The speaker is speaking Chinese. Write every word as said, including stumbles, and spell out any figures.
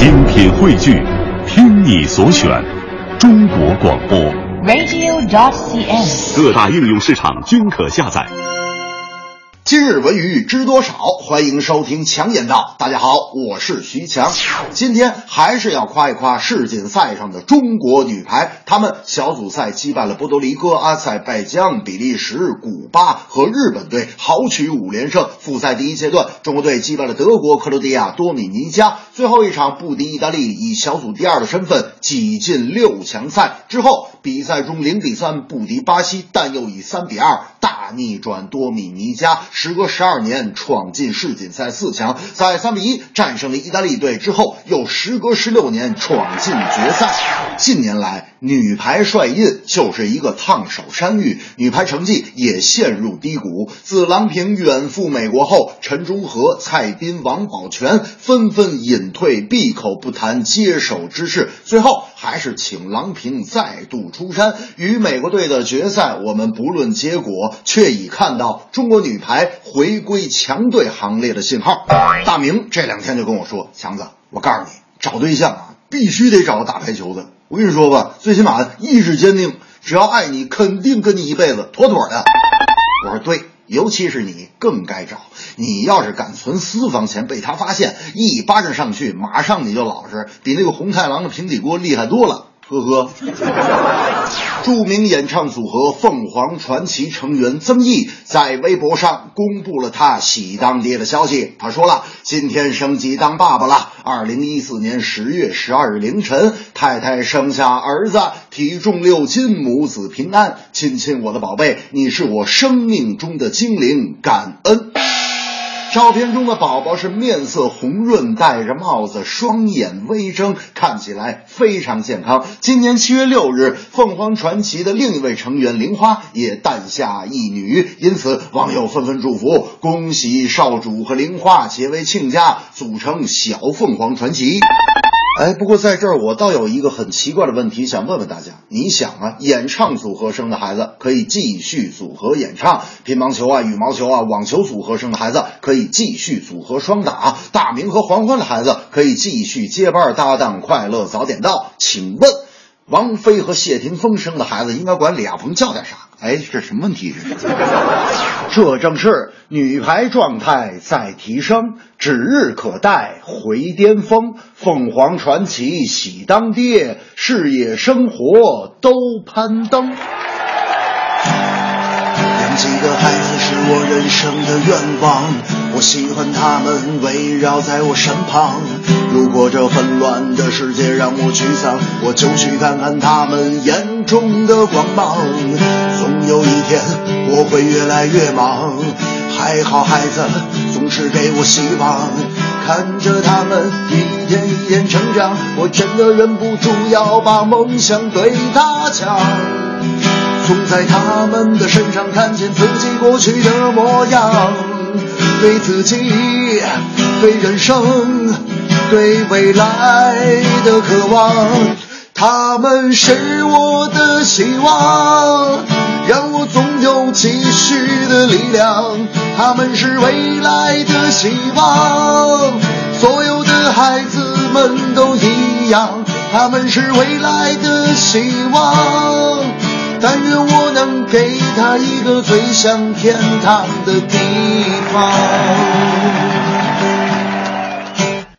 精品汇聚，听你所选，中国广播 radio dot c n， 各大应用市场均可下载。 今日文娱知多少？欢迎收听强言道。大家好，我是徐强。今天还是要夸一夸世锦赛上的中国女排，她们小组赛击败了波多黎各、阿塞拜疆、比利时、古巴和日本队，豪取五连胜。复赛第一阶段，中国队击败了德国、克罗地亚、多米尼加，最后一场不敌意大利，以小组第二的身份挤进六强赛。之后比赛中零比三不敌巴西，但又以三比二大逆转多米尼加，时隔十二年闯进世锦赛四强，在三比一战胜了意大利队之后，又时隔十六年闯进决赛。近年来，女排帅印就是一个烫手山芋，女排成绩也陷入低谷。自郎平远赴美国后，陈忠和、蔡斌、王宝全纷纷隐退，闭口不谈接手之事，最后还是请郎平再度出山。与美国队的决赛，我们不论结果，却已看到中国女排回归强队行列的信号。大明这两天就跟我说，强子，我告诉你，找对象啊，必须得找个打排球的。我跟你说吧，最起码意志坚定，只要爱你，肯定跟你一辈子，妥妥的。我说对，尤其是你更该找。你要是敢存私房钱被他发现，一巴掌上去，马上你就老实，比那个红太狼的平底锅厉害多了。呵呵。著名演唱组合凤凰传奇成员曾毅在微博上公布了他喜当爹的消息。他说了，今天升级当爸爸了。二零一四年十月十二日凌晨，太太生下儿子，体重六斤，母子平安。亲亲我的宝贝，你是我生命中的精灵，感恩。照片中的宝宝是面色红润，戴着帽子，双眼微睁，看起来非常健康。今年七月六日，凤凰传奇的另一位成员玲花也诞下一女，因此网友纷纷祝福，恭喜少主和玲花结为亲家，组成小凤凰传奇。哎，不过在这儿我倒有一个很奇怪的问题想问问大家，你想啊，演唱组合生的孩子可以继续组合演唱，乒乓球啊、羽毛球啊、网球组合生的孩子可以继续组合双打，大明和黄欢的孩子可以继续接班搭档快乐早点到。请问王菲和谢霆锋生的孩子应该管李亚鹏叫点啥？哎，这什么问题这是？这正是女排状态在提升，指日可待回巅峰。凤凰传奇喜当爹，事业生活都攀登。 养几个孩子是我人生的愿望，我喜欢他们围绕在我身旁。如果这纷乱的世界让我沮丧，我就去看看他们眼中的光芒。总有一天我会越来越忙，还好孩子总是给我希望，看着他们一天一天成长，我真的忍不住要把梦想对他讲。总在他们的身上看见自己过去的模样，对自己，对人生，对未来的渴望。他们是我的希望，让我总有继续的力量。他们是未来的希望，所有的孩子们都一样。他们是未来的希望，但愿我能给他一个最像天堂的地方。